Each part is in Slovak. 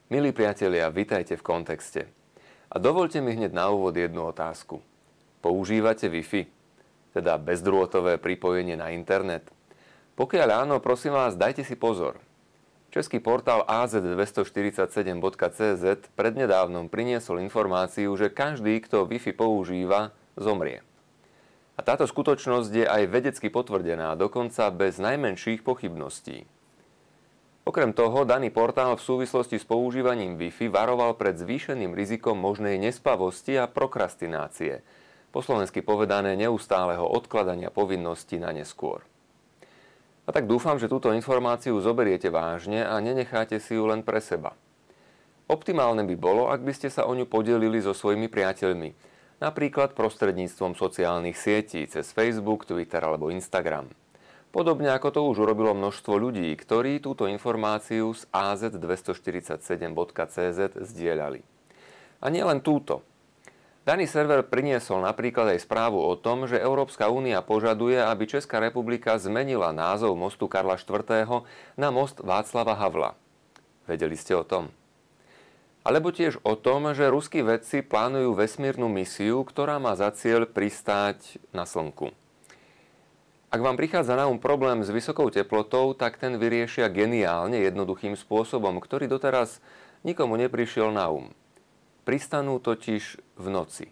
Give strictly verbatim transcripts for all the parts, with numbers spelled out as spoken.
Milí priatelia, vitajte v kontexte. A dovoľte mi hneď na úvod jednu otázku. Používate Wi-Fi? Teda bezdrôtové pripojenie na internet? Pokiaľ áno, prosím vás, dajte si pozor. Český portál á zet dvestoštyridsaťsedem bodka cé zet prednedávnom priniesol informáciu, že každý, kto Wi-Fi používa, zomrie. A táto skutočnosť je aj vedecky potvrdená, dokonca bez najmenších pochybností. Okrem toho, daný portál v súvislosti s používaním Wi-Fi varoval pred zvýšeným rizikom možnej nespavosti a prokrastinácie, po slovensky povedané neustáleho odkladania povinností na neskôr. A tak dúfam, že túto informáciu zoberiete vážne a nenecháte si ju len pre seba. Optimálne by bolo, ak by ste sa o ňu podelili so svojimi priateľmi, napríklad prostredníctvom sociálnych sietí, cez Facebook, Twitter alebo Instagram. Podobne ako to už urobilo množstvo ľudí, ktorí túto informáciu z á zet dvestoštyridsaťsedem bodka cé zet zdieľali. A nie len túto. Daný server priniesol napríklad aj správu o tom, že Európska únia požaduje, aby Česká republika zmenila názov mostu Karla štvrtého na most Václava Havla. Vedeli ste o tom? Alebo tiež o tom, že ruskí vedci plánujú vesmírnu misiu, ktorá má za cieľ pristáť na Slnku. Ak vám prichádza na um problém s vysokou teplotou, tak ten vyriešia geniálne jednoduchým spôsobom, ktorý doteraz nikomu neprišiel na um. Pristanú totiž v noci.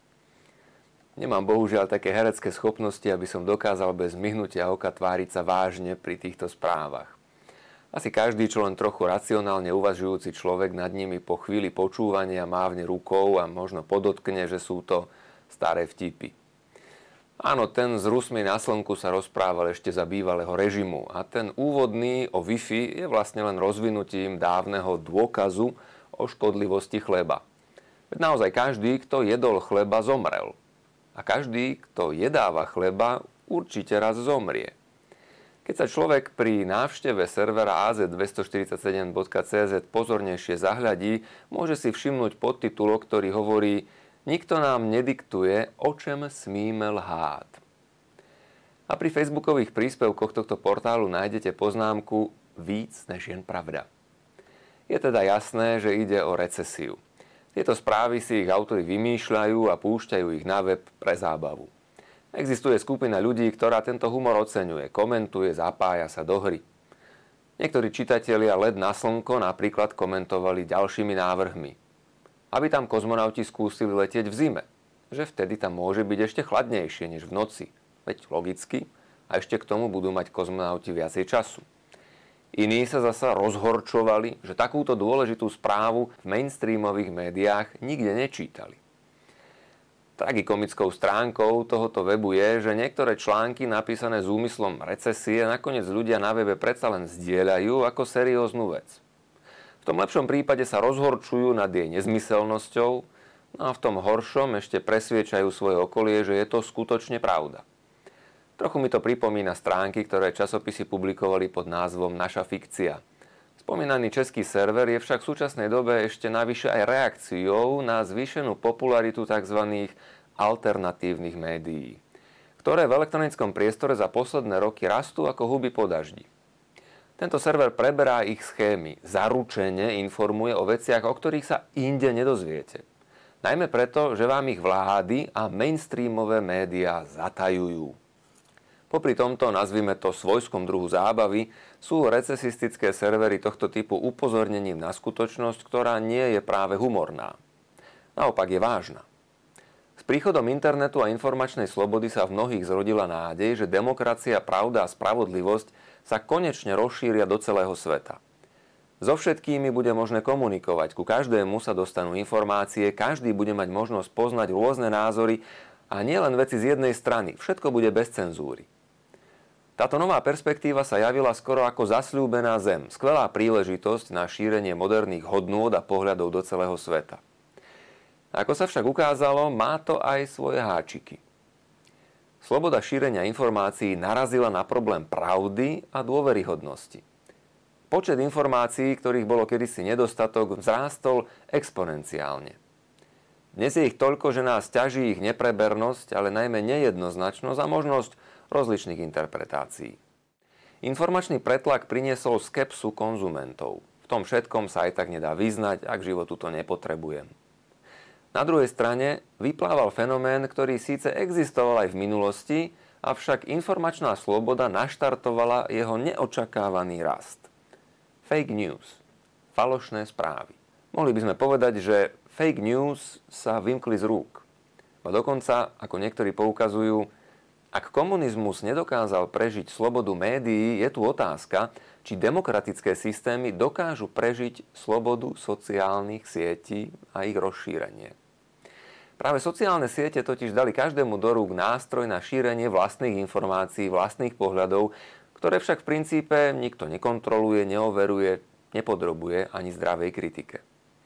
Nemám bohužiaľ také herecké schopnosti, aby som dokázal bez myhnutia oka tváriť sa vážne pri týchto správach. Asi každý, čo len trochu racionálne uvažujúci človek nad nimi po chvíli počúvania mávne rukou a možno podotkne, že sú to staré vtipy. Áno, ten s Rusmi na Slnku sa rozprával ešte za bývalého režimu a ten úvodný o Wi-Fi je vlastne len rozvinutím dávneho dôkazu o škodlivosti chleba. Veď naozaj každý, kto jedol chleba, zomrel. A každý, kto jedáva chleba, určite raz zomrie. Keď sa človek pri návšteve servera á zet dvestoštyridsaťsedem bodka cé zet pozornejšie zahľadí, môže si všimnúť podtitulok, ktorý hovorí: Nikto nám nediktuje, o čem smíme lhát. A pri facebookových príspevkoch tohto portálu nájdete poznámku víc než jen pravda. Je teda jasné, že ide o recesiu. Tieto správy si ich autori vymýšľajú a púšťajú ich na web pre zábavu. Existuje skupina ľudí, ktorá tento humor oceňuje, komentuje, zapája sa do hry. Niektorí čitatelia Let na slnko napríklad komentovali ďalšími návrhmi. Aby tam kozmonauti skúsili letieť v zime, že vtedy tam môže byť ešte chladnejšie než v noci. Veď logicky, a ešte k tomu budú mať kozmonauti viacej času. Iní sa zasa rozhorčovali, že takúto dôležitú správu v mainstreamových médiách nikde nečítali. Tragikomickou stránkou tohoto webu je, že niektoré články napísané s úmyslom recesie nakoniec ľudia na webe predsa len zdieľajú ako serióznu vec. V tom lepšom prípade sa rozhorčujú nad jej nezmyselnosťou, no a v tom horšom ešte presviečajú svoje okolie, že je to skutočne pravda. Trochu mi to pripomína stránky, ktoré časopisy publikovali pod názvom Naša fikcia. Spomínaný český server je však v súčasnej dobe ešte navyše aj reakciou na zvýšenú popularitu tzv. Alternatívnych médií, ktoré v elektronickom priestore za posledné roky rastú ako huby po daždi. Tento server preberá ich schémy, zaručene informuje o veciach, o ktorých sa inde nedozviete. Najmä preto, že vám ich vlády a mainstreamové médiá zatajujú. Popri tomto, nazvime to svojskom druhu zábavy, sú recesistické servery tohto typu upozornením na skutočnosť, ktorá nie je práve humorná. Naopak je vážna. S príchodom internetu a informačnej slobody sa v mnohých zrodila nádej, že demokracia, pravda a spravodlivosť sa konečne rozšíria do celého sveta. So všetkými bude možné komunikovať, ku každému sa dostanú informácie, každý bude mať možnosť poznať rôzne názory a nie len veci z jednej strany, všetko bude bez cenzúry. Táto nová perspektíva sa javila skoro ako zasľúbená zem, skvelá príležitosť na šírenie moderných hodnôt a pohľadov do celého sveta. Ako sa však ukázalo, má to aj svoje háčiky. Sloboda šírenia informácií narazila na problém pravdy a dôveryhodnosti. Počet informácií, ktorých bolo kedysi nedostatok, vzrástol exponenciálne. Dnes je ich toľko, že nás ťaží ich neprebernosť, ale najmä nejednoznačnosť a možnosť rozličných interpretácií. Informačný pretlak priniesol skepsu konzumentov. V tom všetkom sa aj tak nedá vyznať, ak životu to nepotrebujem. Na druhej strane vyplával fenomén, ktorý síce existoval aj v minulosti, avšak informačná sloboda naštartovala jeho neočakávaný rast. Fake news. Falošné správy. Mohli by sme povedať, že fake news sa vymkli z rúk. A dokonca, ako niektorí poukazujú, ak komunizmus nedokázal prežiť slobodu médií, je tu otázka, či demokratické systémy dokážu prežiť slobodu sociálnych sietí a ich rozšírenie. Práve sociálne siete totiž dali každému do rúk nástroj na šírenie vlastných informácií, vlastných pohľadov, ktoré však v princípe nikto nekontroluje, neoveruje, nepodrobuje ani zdravej kritike.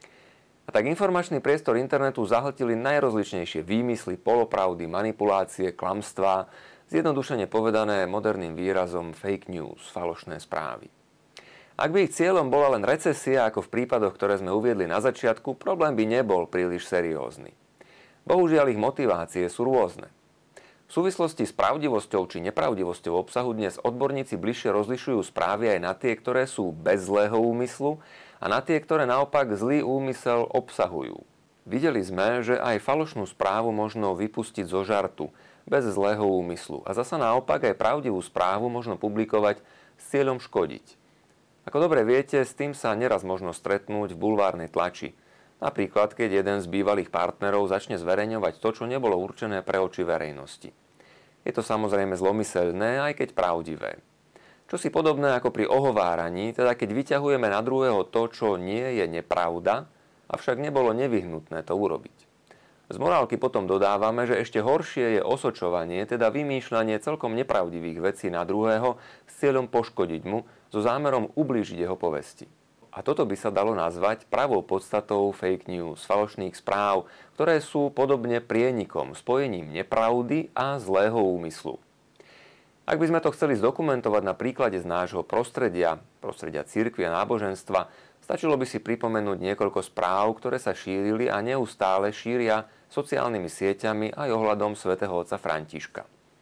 A tak informačný priestor internetu zahltili najrozličnejšie výmysly, polopravdy, manipulácie, klamstvá, zjednodušene povedané moderným výrazom fake news, falošné správy. Ak by ich cieľom bola len recesia, ako v prípadoch, ktoré sme uviedli na začiatku, problém by nebol príliš seriózny. Bohužiaľ, ich motivácie sú rôzne. V súvislosti s pravdivosťou či nepravdivosťou obsahu dnes odborníci bližšie rozlišujú správy aj na tie, ktoré sú bez zlého úmyslu a na tie, ktoré naopak zlý úmysel obsahujú. Videli sme, že aj falošnú správu možno vypustiť zo žartu, bez zlého úmyslu. A zasa naopak aj pravdivú správu možno publikovať s cieľom škodiť. Ako dobre viete, s tým sa neraz možno stretnúť v bulvárnej tlači. Napríklad, keď jeden z bývalých partnerov začne zverejňovať to, čo nebolo určené pre oči verejnosti. Je to samozrejme zlomyselné, aj keď pravdivé. Čo si podobné ako pri ohováraní, teda keď vyťahujeme na druhého to, čo nie je nepravda, avšak nebolo nevyhnutné to urobiť. Z morálky potom dodávame, že ešte horšie je osočovanie, teda vymýšľanie celkom nepravdivých vecí na druhého s cieľom poškodiť mu, so zámerom ublížiť jeho povesti. A toto by sa dalo nazvať pravou podstatou fake news, falošných správ, ktoré sú podobne prienikom, spojením nepravdy a zlého úmyslu. Ak by sme to chceli zdokumentovať na príklade z nášho prostredia, prostredia cirkvi a náboženstva, stačilo by si pripomenúť niekoľko správ, ktoré sa šírili a neustále šíria sociálnymi sieťami aj ohľadom svätého otca Františka.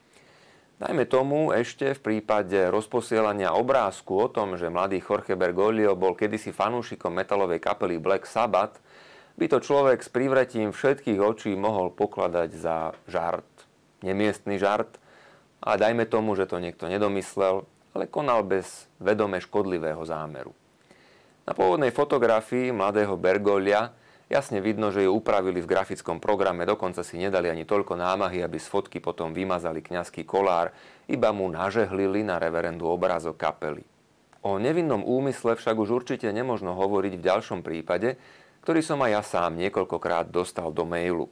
Dajme tomu ešte v prípade rozposielania obrázku o tom, že mladý Jorge Bergoglio bol kedysi fanúšikom metalovej kapely Black Sabbath, by to človek s privretím všetkých očí mohol pokladať za žart. Nemiestny žart, ale dajme tomu, že to niekto nedomyslel, ale konal bez vedome škodlivého zámeru. Na pôvodnej fotografii mladého Bergoglia jasne vidno, že ju upravili v grafickom programe, dokonca si nedali ani toľko námahy, aby z fotky potom vymazali kňazský kolár, iba mu nažehlili na reverendu obrázok kapely. O nevinnom úmysle však už určite nemožno hovoriť v ďalšom prípade, ktorý som aj ja sám niekoľkokrát dostal do mailu.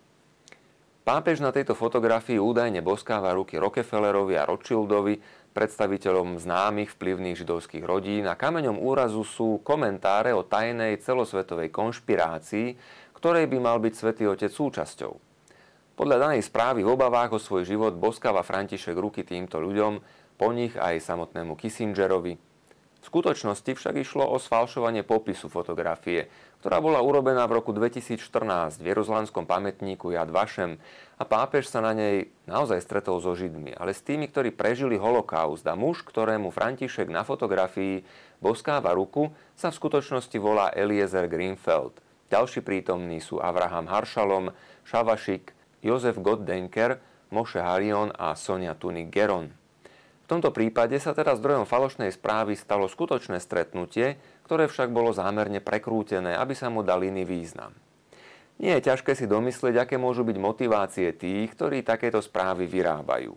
Pápež na tejto fotografii údajne boskáva ruky Rockefellerovi a Rothschildovi, predstaviteľom známych vplyvných židovských rodín, a kameňom úrazu sú komentáre o tajnej celosvetovej konšpirácii, ktorej by mal byť Svätý Otec súčasťou. Podľa danej správy v obavách o svoj život boskáva František ruky týmto ľuďom, po nich aj samotnému Kissingerovi. V skutočnosti však išlo o sfalšovanie popisu fotografie, ktorá bola urobená v roku dvetisícštrnásť v Jeruzalemskom pamätníku Yad Vashem a pápež sa na nej naozaj stretol so Židmi, ale s tými, ktorí prežili holokaust, a muž, ktorému František na fotografii boskáva ruku, sa v skutočnosti volá Eliezer Greenfeld. Ďalší prítomní sú Avraham Haršalom, Šavašik, Jozef Gottdenker, Moshe Harion a Sonia Tunik-Geron. V tomto prípade sa teda zdrojom falošnej správy stalo skutočné stretnutie, ktoré však bolo zámerne prekrútené, aby sa mu dal iný význam. Nie je ťažké si domyslieť, aké môžu byť motivácie tých, ktorí takéto správy vyrábajú.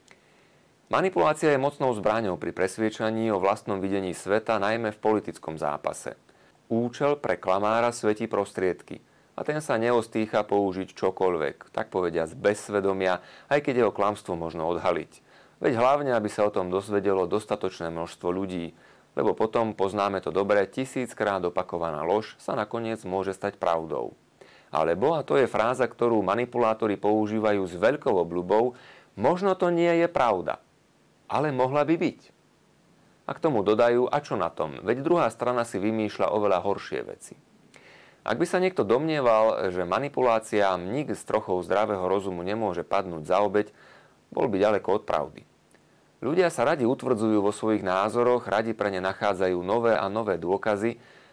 Manipulácia je mocnou zbraňou pri presviečaní o vlastnom videní sveta, najmä v politickom zápase. Účel pre klamára svätí prostriedky a ten sa neostýcha použiť čokoľvek, tak povediac bez svedomia, aj keď jeho klamstvo možno odhaliť. Veď hlavne, aby sa o tom dozvedelo dostatočné množstvo ľudí, lebo potom, poznáme to dobre, tisíckrát opakovaná lož sa nakoniec môže stať pravdou. Alebo, a to je fráza, ktorú manipulátori používajú s veľkou obľubou, možno to nie je pravda, ale mohla by byť. A k tomu dodajú, a čo na tom, veď druhá strana si vymýšľa oveľa horšie veci. Ak by sa niekto domnieval, že manipuláciám nik s trochou zdravého rozumu nemôže padnúť za obeť, bol by ďaleko od pravdy. Ľudia sa radi utvrdzujú vo svojich názoroch, radi pre ne nachádzajú nové a nové dôkazy,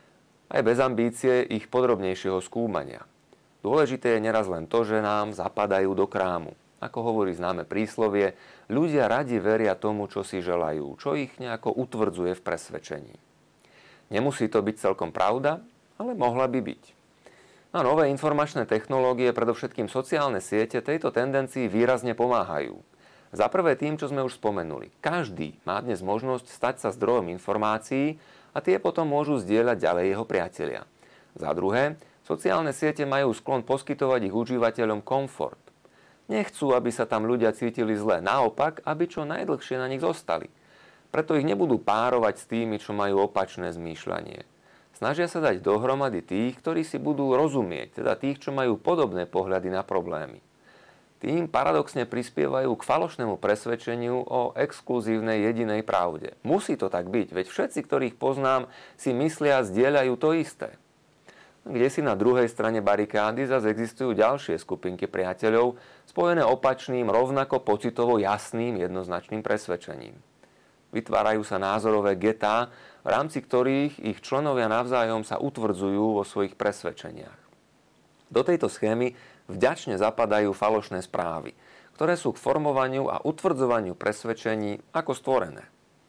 aj bez ambície ich podrobnejšieho skúmania. Dôležité je neraz len to, že nám zapadajú do krámu. Ako hovorí známe príslovie, ľudia radi veria tomu, čo si želajú, čo ich nejako utvrdzuje v presvedčení. Nemusí to byť celkom pravda, ale mohla by byť. A nové informačné technológie, predovšetkým sociálne siete, tejto tendencii výrazne pomáhajú. Za prvé tým, čo sme už spomenuli. Každý má dnes možnosť stať sa zdrojom informácií a tie potom môžu zdieľať ďalej jeho priatelia. Za druhé, sociálne siete majú sklon poskytovať ich užívateľom komfort. Nechcú, aby sa tam ľudia cítili zle, naopak, aby čo najdlhšie na nich zostali. Preto ich nebudú párovať s tými, čo majú opačné zmýšľanie. Snažia sa dať dohromady tých, ktorí si budú rozumieť, teda tých, čo majú podobné pohľady na problémy. Tým paradoxne prispievajú k falošnému presvedčeniu o exkluzívnej jedinej pravde. Musí to tak byť, veď všetci, ktorých poznám, si myslia a zdieľajú to isté. Kde si na druhej strane barikády zase existujú ďalšie skupinky priateľov, spojené opačným, rovnako pocitovo jasným, jednoznačným presvedčením. Vytvárajú sa názorové getá, v rámci ktorých ich členovia navzájom sa utvrdzujú vo svojich presvedčeniach. Do tejto schémy vďačne zapadajú falošné správy, ktoré sú k formovaniu a utvrdzovaniu presvedčení ako stvorené.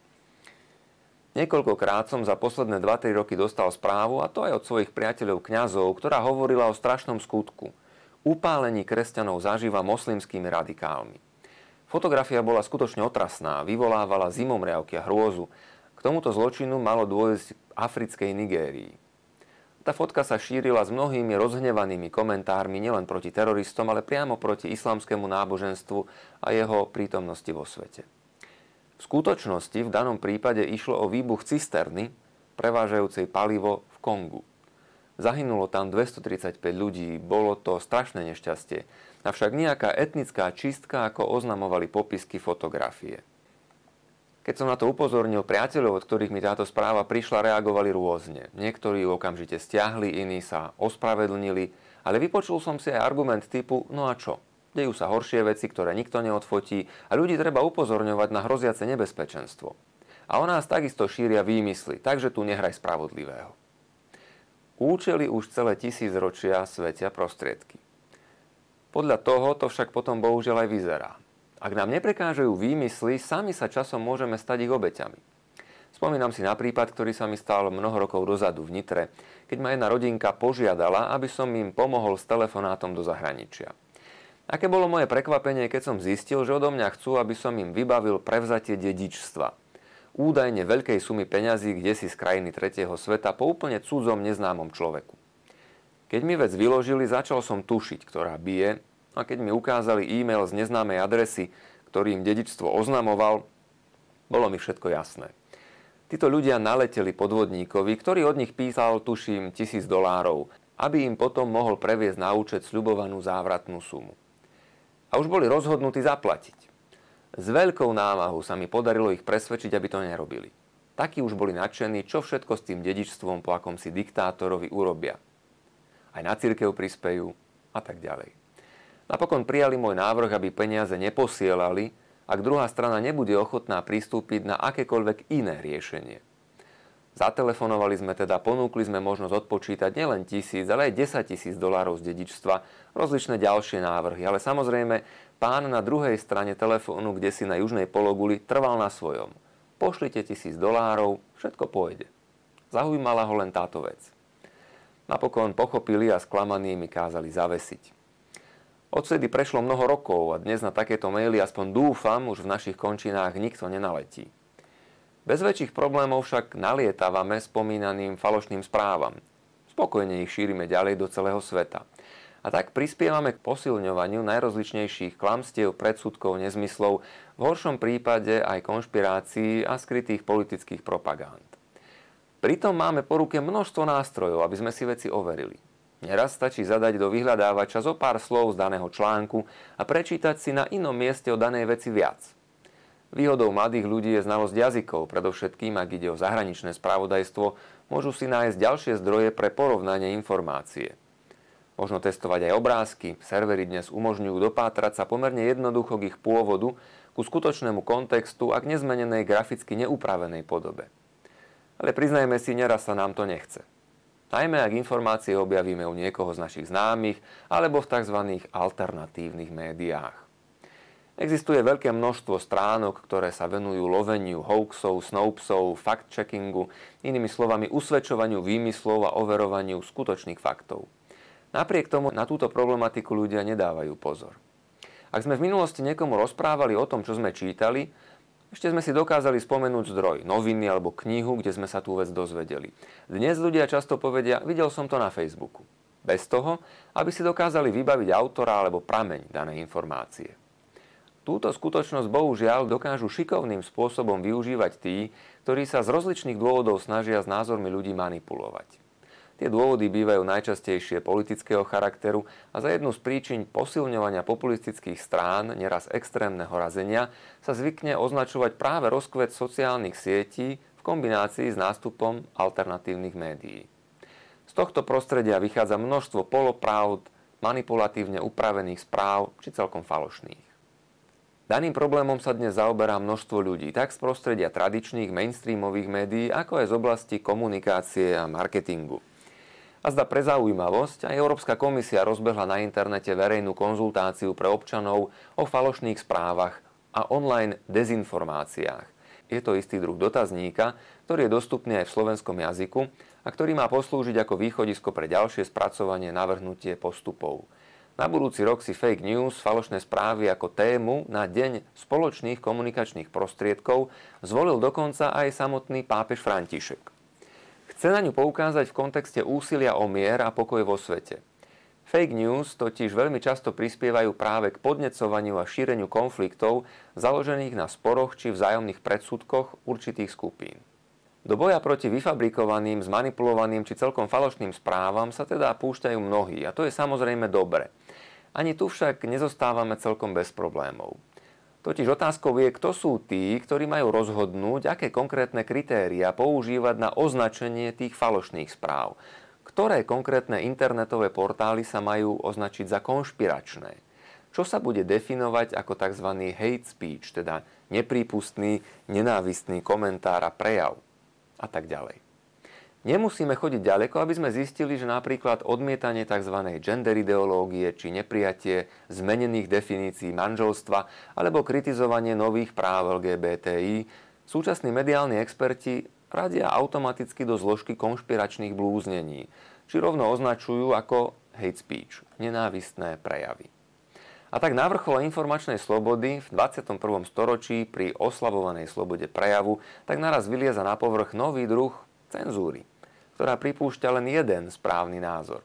Niekoľkokrát som za posledné dva tri roky dostal správu, a to aj od svojich priateľov kňazov, ktorá hovorila o strašnom skutku. Upálení kresťanov zaživa moslimskými radikálmi. Fotografia bola skutočne otrasná, vyvolávala zimomriavky a hrôzu. K tomuto zločinu malo dôjsť v africkej Nigérii. Tá fotka sa šírila s mnohými rozhnevanými komentármi nielen proti teroristom, ale priamo proti islamskému náboženstvu a jeho prítomnosti vo svete. V skutočnosti v danom prípade išlo o výbuch cisterny, prevážajúcej palivo v Kongu. Zahynulo tam dvestotridsaťpäť ľudí, bolo to strašné nešťastie, avšak nejaká etnická čistka, ako oznamovali popisky fotografie. Keď som na to upozornil priateľov, od ktorých mi táto správa prišla, reagovali rôzne. Niektorí ju okamžite stiahli, iní sa ospravedlnili, ale vypočul som si aj argument typu no a čo? Dejú sa horšie veci, ktoré nikto neodfotí a ľudí treba upozorňovať na hroziace nebezpečenstvo. A o nás takisto šíria výmysly, takže tu nehraj spravodlivého. Účely už celé tisícročia svetia prostriedky. Podľa toho to však potom bohužiaľ aj vyzerá. Ak nám neprekážajú výmysly, sami sa časom môžeme stať ich obeťami. Spomínam si na prípad, ktorý sa mi stal mnoho rokov dozadu v Nitre, keď ma jedna rodinka požiadala, aby som im pomohol s telefonátom do zahraničia. Aké bolo moje prekvapenie, keď som zistil, že odo mňa chcú, aby som im vybavil prevzatie dedičstva. Údajne veľkej sumy peňazí kdesi z krajiny tretieho sveta po úplne cudzom neznámom človeku. Keď mi vec vyložili, začal som tušiť, ktorá bije, a keď mi ukázali e-mail z neznámej adresy, ktorý im dedičstvo oznamoval, bolo mi všetko jasné. Títo ľudia naleteli podvodníkovi, ktorý od nich písal, tuším, tisíc dolárov, aby im potom mohol previesť na účet sľubovanú závratnú sumu. A už boli rozhodnutí zaplatiť. S veľkou námahou sa mi podarilo ich presvedčiť, aby to nerobili. Takí už boli nadšení, čo všetko s tým dedičstvom po akomsi diktátorovi urobia. Aj na cirkev prispejú a tak ďalej. Napokon prijali môj návrh, aby peniaze neposielali, ak druhá strana nebude ochotná pristúpiť na akékoľvek iné riešenie. Zatelefonovali sme teda, ponúkli sme možnosť odpočítať nielen tisíc, ale aj desať tisíc dolárov z dedičstva, rozličné ďalšie návrhy, ale samozrejme pán na druhej strane telefónu, kde si na južnej pologuli, trval na svojom. Pošlite tisíc dolárov, všetko pôjde. Zaujímala ho len táto vec. Napokon pochopili a sklamaní mi kázali zavesiť. Odvtedy prešlo mnoho rokov a dnes na takéto maily, aspoň dúfam, už v našich končinách nikto nenaletí. Bez väčších problémov však nalietávame spomínaným falošným správam. Spokojne ich šírime ďalej do celého sveta. A tak prispievame k posilňovaniu najrozličnejších klamstiev, predsudkov, nezmyslov, v horšom prípade aj konšpirácií a skrytých politických propagánd. Pritom máme po ruke množstvo nástrojov, aby sme si veci overili. Neraz stačí zadať do vyhľadávača zo pár slov z daného článku a prečítať si na inom mieste o danej veci viac. Výhodou mladých ľudí je znalosť jazykov, predovšetkým ak ide o zahraničné spravodajstvo, môžu si nájsť ďalšie zdroje pre porovnanie informácie. Možno testovať aj obrázky, servery dnes umožňujú dopátrať sa pomerne jednoducho k ich pôvodu, ku skutočnému kontextu a k nezmenenej graficky neupravenej podobe. Ale priznajme si, neraz sa nám to nechce. Najmä ak informácie objavíme u niekoho z našich známych alebo v tzv. Alternatívnych médiách. Existuje veľké množstvo stránok, ktoré sa venujú loveniu hoaxov, snopesov, fact-checkingu, inými slovami usvedčovaniu výmyslov a overovaniu skutočných faktov. Napriek tomu na túto problematiku ľudia nedávajú pozor. Ak sme v minulosti niekomu rozprávali o tom, čo sme čítali, ešte sme si dokázali spomenúť zdroj, noviny alebo knihu, kde sme sa tú vec dozvedeli. Dnes ľudia často povedia, videl som to na Facebooku. Bez toho, aby si dokázali vybaviť autora alebo prameň danej informácie. Túto skutočnosť bohužiaľ dokážu šikovným spôsobom využívať tí, ktorí sa z rozličných dôvodov snažia s názormi ľudí manipulovať. Tie dôvody bývajú najčastejšie politického charakteru a za jednu z príčin posilňovania populistických strán, neraz extrémneho razenia, sa zvykne označovať práve rozkvet sociálnych sietí v kombinácii s nástupom alternatívnych médií. Z tohto prostredia vychádza množstvo polopravd, manipulatívne upravených správ či celkom falošných. Daným problémom sa dnes zaoberá množstvo ľudí, tak z prostredia tradičných mainstreamových médií, ako aj z oblasti komunikácie a marketingu. A zda pre zaujímavosť, aj Európska komisia rozbehla na internete verejnú konzultáciu pre občanov o falošných správach a online dezinformáciách. Je to istý druh dotazníka, ktorý je dostupný aj v slovenskom jazyku a ktorý má poslúžiť ako východisko pre ďalšie spracovanie navrhnutie postupov. Na budúci rok si fake news, falošné správy ako tému na deň spoločných komunikačných prostriedkov zvolil dokonca aj samotný pápež František. Chce na ňu poukázať v kontexte úsilia o mier a pokoj vo svete. Fake news totiž veľmi často prispievajú práve k podnecovaniu a šíreniu konfliktov založených na sporoch či vzájomných predsudkoch určitých skupín. Do boja proti vyfabrikovaným, zmanipulovaným či celkom falošným správam sa teda púšťajú mnohí a to je samozrejme dobre. Ani tu však nezostávame celkom bez problémov. Totiž otázkou je, kto sú tí, ktorí majú rozhodnúť, aké konkrétne kritériá používať na označenie tých falošných správ. Ktoré konkrétne internetové portály sa majú označiť za konšpiračné. Čo sa bude definovať ako tzv. Hate speech, teda neprípustný, nenávistný komentár a prejav a tak ďalej. Nemusíme chodiť ďaleko, aby sme zistili, že napríklad odmietanie tzv. Gender ideológie či neprijatie zmenených definícií manželstva alebo kritizovanie nových práv el gé bé té í súčasní mediálni experti radia automaticky do zložky konšpiračných blúznení, či rovno označujú ako hate speech, nenávistné prejavy. A tak na vrchole informačnej slobody v dvadsiatom prvom storočí pri oslavovanej slobode prejavu tak naraz vylieza na povrch nový druh cenzúry, ktorá pripúšťa len jeden správny názor.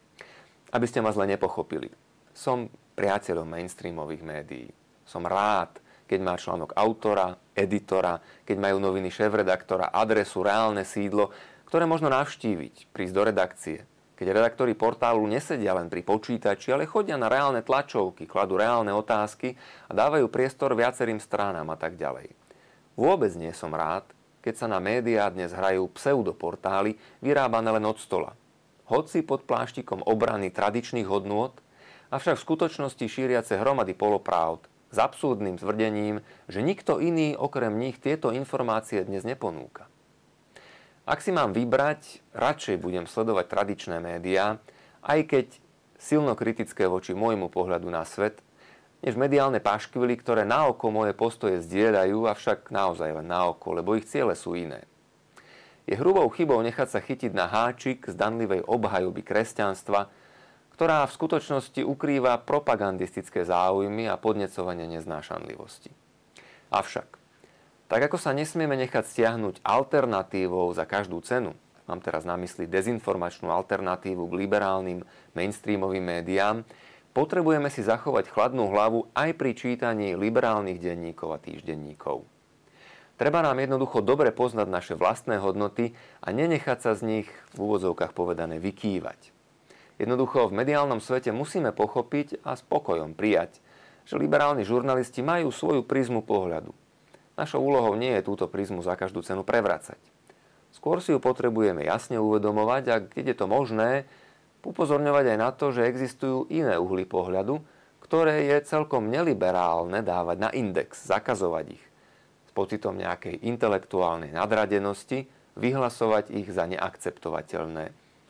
Aby ste ma zle nepochopili, som priateľom mainstreamových médií. Som rád, keď má článok autora, editora, keď majú noviny šéfredaktora, adresu, reálne sídlo, ktoré možno navštíviť, prísť do redakcie. Keď redaktori portálu nesedia len pri počítači, ale chodia na reálne tlačovky, kladú reálne otázky a dávajú priestor viacerým stranám a tak ďalej. Vôbec nie som rád, keď sa na médiá dnes hrajú pseudoportály vyrábané len od stola. Hoci pod pláštikom obrany tradičných hodnôt, avšak v skutočnosti šíriace hromady polopravd s absurdným tvrdením, že nikto iný okrem nich tieto informácie dnes neponúka. Ak si mám vybrať, radšej budem sledovať tradičné médiá, aj keď silno kritické voči môjmu pohľadu na svet, než mediálne paškvily, ktoré na oko moje postoje zdieľajú, avšak naozaj len na oko, lebo ich ciele sú iné. Je hrubou chybou nechať sa chytiť na háčik zdanlivej obhajoby kresťanstva, ktorá v skutočnosti ukrýva propagandistické záujmy a podnecovanie neznášanlivosti. Avšak, tak ako sa nesmieme nechať stiahnuť alternatívou za každú cenu, mám teraz na mysli dezinformačnú alternatívu k liberálnym mainstreamovým médiám, potrebujeme si zachovať chladnú hlavu aj pri čítaní liberálnych denníkov a týždenníkov. Treba nám jednoducho dobre poznať naše vlastné hodnoty a nenechať sa z nich v úvodzovkách povedané vykývať. Jednoducho v mediálnom svete musíme pochopiť a spokojom prijať, že liberálni žurnalisti majú svoju prizmu pohľadu. Našou úlohou nie je túto prizmu za každú cenu prevracať. Skôr si ju potrebujeme jasne uvedomovať a keď je to možné, upozorňovať aj na to, že existujú iné uhly pohľadu, ktoré je celkom neliberálne dávať na index, zakazovať ich. S pocitom nejakej intelektuálnej nadradenosti vyhlasovať ich za neakceptovateľné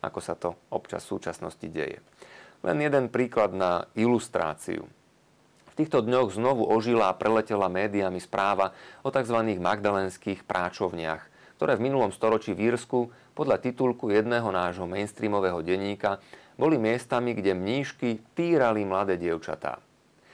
ako sa to občas v súčasnosti deje. Len jeden príklad na ilustráciu. V týchto dňoch znovu ožila a preletela médiami správa o tzv. Magdalénskych práčovniach, ktoré v minulom storočí v Írsku podľa titulku jedného nášho mainstreamového denníka boli miestami, kde mníšky týrali mladé dievčatá.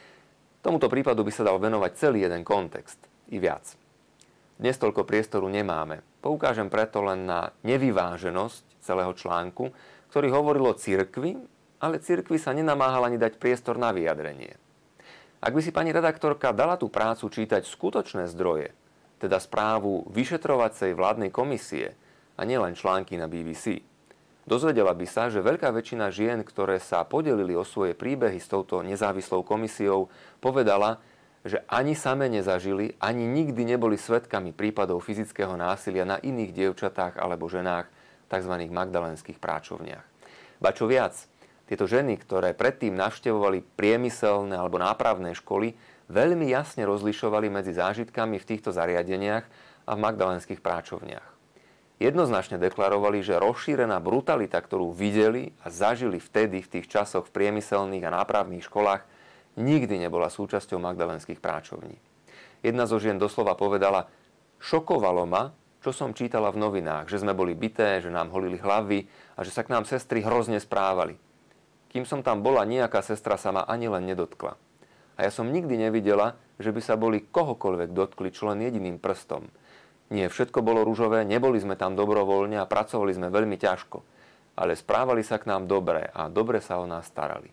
Tomuto prípadu by sa dal venovať celý jeden kontext, i viac. Dnes toľko priestoru nemáme. Poukážem preto len na nevyváženosť celého článku, ktorý hovoril o cirkvi, ale cirkvi sa nenamáhala ani dať priestor na vyjadrenie. Ak by si pani redaktorka dala tú prácu čítať skutočné zdroje, teda správu vyšetrovacej vládnej komisie a nielen články na bé bé cé, dozvedela by sa, že veľká väčšina žien, ktoré sa podelili o svoje príbehy s touto nezávislou komisiou, povedala, že ani same nezažili, ani nikdy neboli svedkami prípadov fyzického násilia na iných dievčatách alebo ženách, tzv. Magdalénskych práčovniach. Ba čo viac, tieto ženy, ktoré predtým navštevovali priemyselné alebo nápravné školy, veľmi jasne rozlišovali medzi zážitkami v týchto zariadeniach a v magdalénskych práčovniach. Jednoznačne deklarovali, že rozšírená brutalita, ktorú videli a zažili vtedy v tých časoch v priemyselných a nápravných školách, nikdy nebola súčasťou magdalénskych práčovní. Jedna zo žien doslova povedala: šokovalo ma, čo som čítala v novinách, že sme boli bité, že nám holili hlavy a že sa k nám sestry hrozne správali. Kým som tam bola, nejaká sestra sa ma ani len nedotkla. A ja som nikdy nevidela, že by sa boli kohokoľvek dotkli čo len jediným prstom. Nie, všetko bolo ružové, neboli sme tam dobrovoľne a pracovali sme veľmi ťažko. Ale správali sa k nám dobre a dobre sa o nás starali.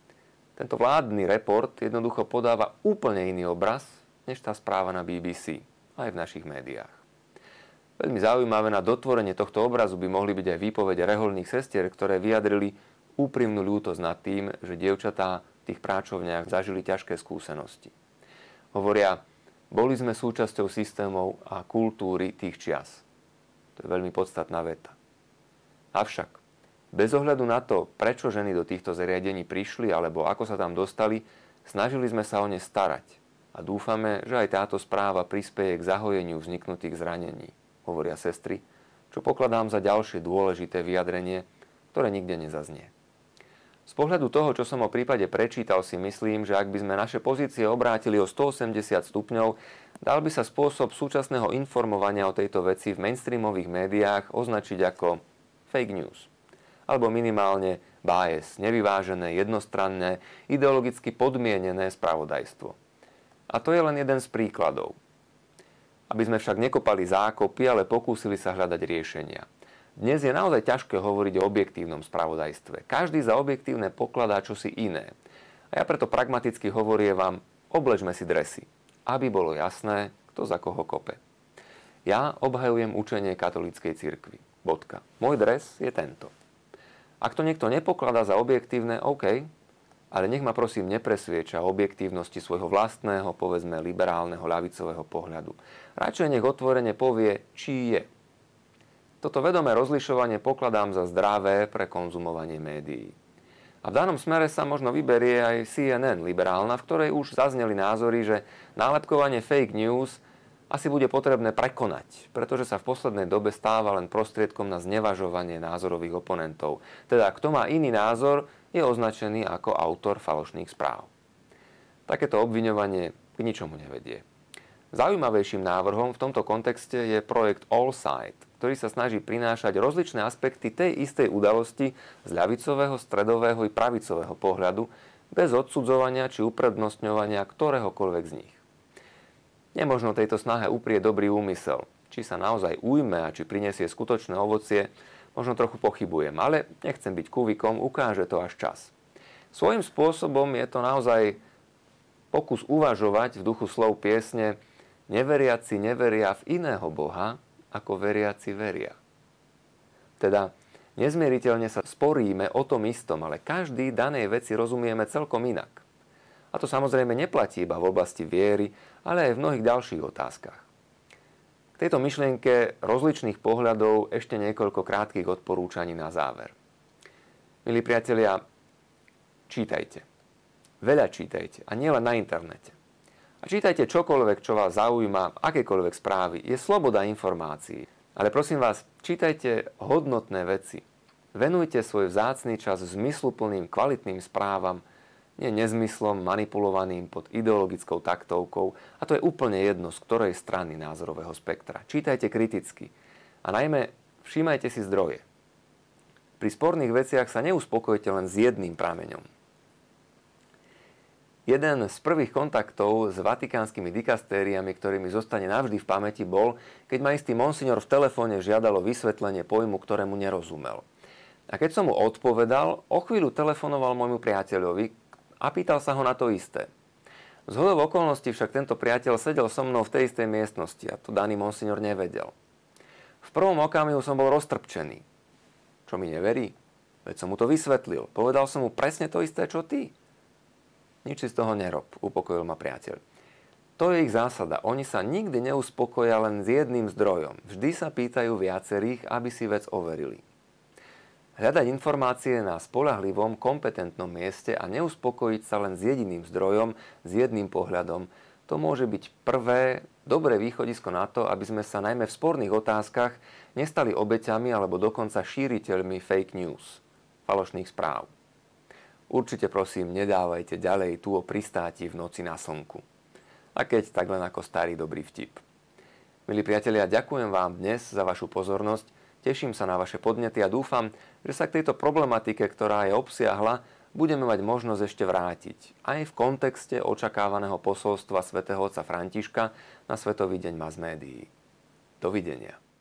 Tento vládny report jednoducho podáva úplne iný obraz, než tá správa na bé bé cé, aj v našich médiách. Veľmi zaujímavé na dotvorenie tohto obrazu by mohli byť aj výpovede rehoľných sestier, ktoré vyjadrili úprimnú ľútosť nad tým, že dievčatá v tých práčovniach zažili ťažké skúsenosti. Hovoria: boli sme súčasťou systémov a kultúry tých čias. To je veľmi podstatná veta. Avšak, bez ohľadu na to, prečo ženy do týchto zariadení prišli alebo ako sa tam dostali, snažili sme sa o ne starať. A dúfame, že aj táto správa prispeje k zahojeniu vzniknutých zranení, hovoria sestry, čo pokladám za ďalšie dôležité vyjadrenie, ktoré nikde nezaznie. Z pohľadu toho, čo som o prípade prečítal, si myslím, že ak by sme naše pozície obrátili o stoosemdesiat stupňov, dal by sa spôsob súčasného informovania o tejto veci v mainstreamových médiách označiť ako fake news. Alebo minimálne bias, nevyvážené, jednostranné, ideologicky podmienené spravodajstvo. A to je len jeden z príkladov. Aby sme však nekopali zákopy, ale pokúsili sa hľadať riešenia. Dnes je naozaj ťažké hovoriť o objektívnom spravodajstve. Každý za objektívne pokladá čosi iné. A ja preto pragmaticky hovorievam, obležme si dresy, aby bolo jasné, kto za koho kope. Ja obhajujem učenie katolíckej cirkvi. Bodka. Môj dres je tento. Ak to niekto nepokladá za objektívne, OK, ale nech ma prosím nepresvieča o objektívnosti svojho vlastného, povedzme liberálneho, ľavicového pohľadu. Radšej nech otvorene povie, či je. Toto vedomé rozlišovanie pokladám za zdravé pre konzumovanie médií. A v danom smere sa možno vyberie aj C N N liberálna, v ktorej už zazneli názory, že nálepkovanie fake news asi bude potrebné prekonať, pretože sa v poslednej dobe stáva len prostriedkom na znevažovanie názorových oponentov. Teda kto má iný názor, je označený ako autor falošných správ. Takéto obviňovanie k ničomu nevedie. Zaujímavejším návrhom v tomto kontexte je projekt AllSide, ktorý sa snaží prinášať rozličné aspekty tej istej udalosti z ľavicového, stredového i pravicového pohľadu bez odsudzovania či uprednostňovania ktoréhokoľvek z nich. Nemožno tejto snahe uprieť dobrý úmysel. Či sa naozaj ujme a či prinesie skutočné ovocie, možno trochu pochybujem, ale nechcem byť kúvikom, ukáže to až čas. Svojím spôsobom je to naozaj pokus uvažovať v duchu slov piesne: neveriaci neveria v iného Boha, ako veriaci veria. Teda nezmieriteľne sa sporíme o tom istom, ale každý danej veci rozumieme celkom inak. A to samozrejme neplatí iba v oblasti viery, ale aj v mnohých ďalších otázkach. K tejto myšlienke rozličných pohľadov ešte niekoľko krátkych odporúčaní na záver. Milí priatelia, čítajte. Veľa čítajte, a nielen na internete. A čítajte čokoľvek, čo vás zaujíma, akékoľvek správy. Je sloboda informácií. Ale prosím vás, čítajte hodnotné veci. Venujte svoj vzácny čas zmysluplným, kvalitným správam, nie nezmyslom manipulovaným pod ideologickou taktovkou, a to je úplne jedno, z ktorej strany názorového spektra. Čítajte kriticky a najmä všímajte si zdroje. Pri sporných veciach sa neuspokojite len s jedným prameňom. Jeden z prvých kontaktov s vatikánskymi dikastériami, ktorými zostane navždy v pamäti, bol, keď ma istý monsignor v telefóne žiadalo vysvetlenie pojmu, ktorému nerozumel. A keď som mu odpovedal, o chvíľu telefonoval môjmu priateľovi a pýtal sa ho na to isté. Zhodou okolností však tento priateľ sedel so mnou v tej istej miestnosti a to daný monsignor nevedel. V prvom okamihu som bol roztrpčený. Čo mi neverí? Veď som mu to vysvetlil. Povedal som mu presne to isté, čo ty. Nič si z toho nerob, upokojil ma priateľ. To je ich zásada. Oni sa nikdy neuspokoja len s jedným zdrojom. Vždy sa pýtajú viacerých, aby si vec overili. Hľadať informácie na spoľahlivom, kompetentnom mieste a neuspokojiť sa len s jediným zdrojom, s jedným pohľadom, to môže byť prvé dobré východisko na to, aby sme sa najmä v sporných otázkach nestali obeťami alebo dokonca šíriteľmi fake news, falošných správ. Určite prosím, nedávajte ďalej tu o pristáti v noci na slnku. A keď, tak len ako starý dobrý vtip. Milí priatelia, ďakujem vám dnes za vašu pozornosť, teším sa na vaše podnety a dúfam, že sa k tejto problematike, ktorá je obsiahla, budeme mať možnosť ešte vrátiť. Aj v kontexte očakávaného posolstva svätého otca Františka na Svetový deň mass médií. Dovidenia.